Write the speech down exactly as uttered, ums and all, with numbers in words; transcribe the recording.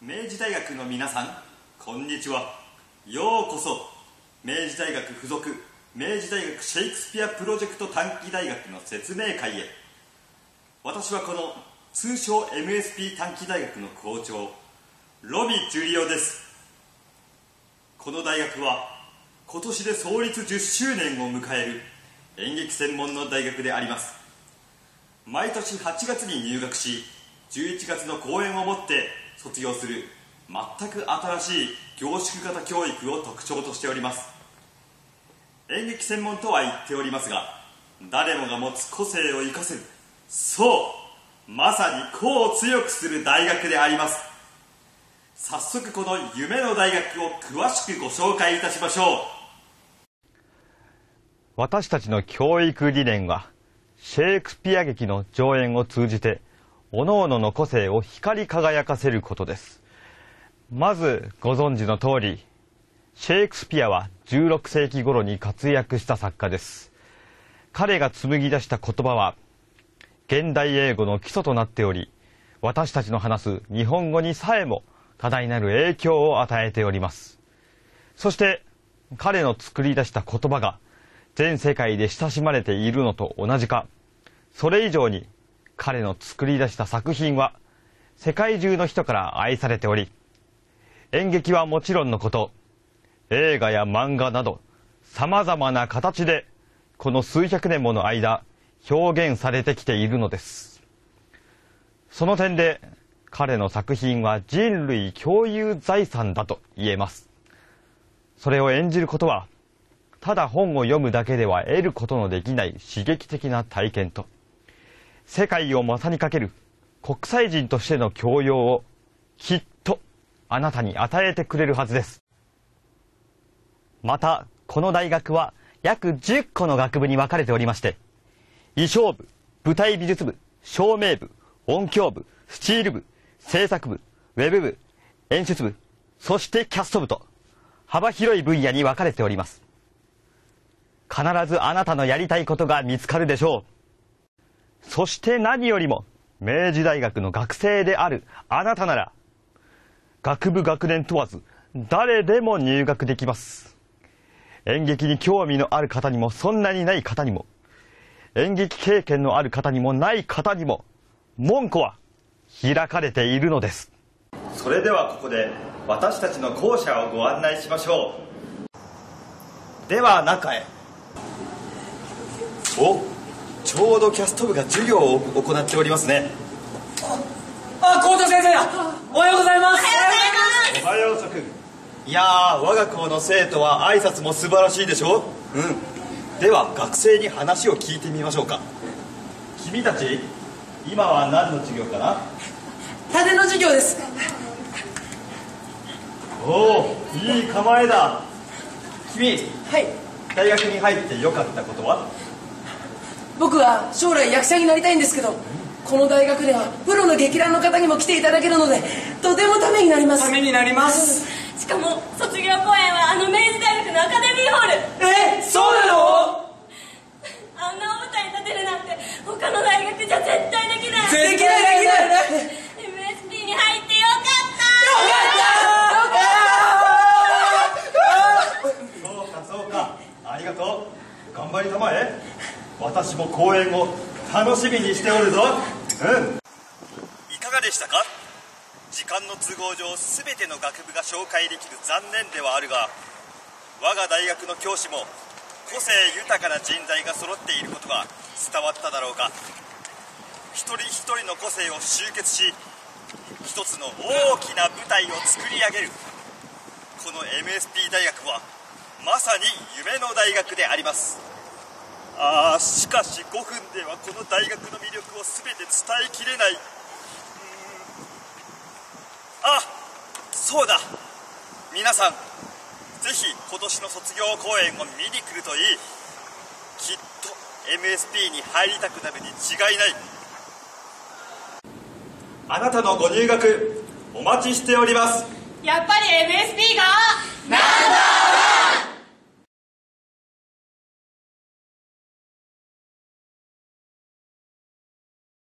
明治大学の皆さん、こんにちは。ようこそ明治大学附属明治大学シェイクスピアプロジェクト短期大学の説明会へ。私はこの通称 エムエスピー 短期大学の校長ロビ・ジュリオです。この大学は今年で創立じゅっしゅうねんを迎える演劇専門の大学であります。毎年はちがつに入学し、じゅういちがつの公演をもって卒業する全く新しい凝縮型教育を特徴としております。演劇専門とは言っておりますが、誰もが持つ個性を生かせる、そうまさに個を強くする大学であります。早速この夢の大学を詳しくご紹介いたしましょう。 私たちの教育理念は、シェイクスピア劇の上演を通じて各々の個性を光り輝かせることです。まずご存知の通り、シェイクスピアはじゅうろくせいき頃に活躍した作家です。彼が紡ぎ出した言葉は現代英語の基礎となっており、私たちの話す日本語にさえも多大なる影響を与えております。そして彼の作り出した言葉が全世界で親しまれているのと同じか、それ以上に彼の作り出した作品は世界中の人から愛されており、演劇はもちろんのこと、映画や漫画などさまざまな形でこの数百年もの間表現されてきているのです。その点で彼の作品は人類共有財産だと言えます。それを演じることはただ本を読むだけでは得ることのできない刺激的な体験と、世界を股にかける国際人としての教養をきっとあなたに与えてくれるはずです。またこの大学は約じゅっこの学部に分かれておりまして、衣装部、舞台美術部、照明部、音響部、スチール部、制作部、ウェブ部、演出部、そしてキャスト部と幅広い分野に分かれております。必ずあなたのやりたいことが見つかるでしょう。そして何よりも明治大学の学生であるあなたなら、学部学年問わず誰でも入学できます。演劇に興味のある方にもそんなにない方にも、演劇経験のある方にもない方にも、門戸は開かれているのです。 それではここで私たちの校舎をご案内しましょう。では中へ。お、ちょうどキャスト部が授業を行っておりますね。 あ、校長先生だ。おはようございます。 おはよう諸君。いやー、我が校の生徒は挨拶も素晴らしいでしょう。うん。では学生に話を聞いてみましょうか。君たち今は何の授業かな？ 種の授業です。 おお、いい構えだ。君、 はい。 大学に入ってよかったことは？ 僕は将来役者になりたいんですけど、この大学ではプロの劇団の方にも来ていただけるので、とてもためになります。 ためになります。 しかも卒業公演はあの明治大学のアカデミーホール。 え、そうなの？ あんなお舞台に立てるなんて他の大学じゃ絶対できない。 できないできない。 エムエスピー に入ってよかった。そうかそうか、ありがとう。頑張りたまえ。私も公演を楽しみにしておるぞ。うん。いかがでしたか？時間の都合上全ての学部が紹介できる残念ではあるが、我が大学の教師も個性豊かな人材が揃っていることが伝わっただろうか。一人一人の個性を集結し、一つの大きな舞台を作り上げる。この エムエスピー 大学はまさに夢の大学であります。ああ、しかしごふんではこの大学の魅力を全て伝えきれない。うーん、あ、そうだ、皆さんぜひ今年の卒業公演を見に来るといい。きっと エムエスピー に入りたくなるに違いない。あなたのご入学お待ちしております。 った。やっぱり エムエスピー が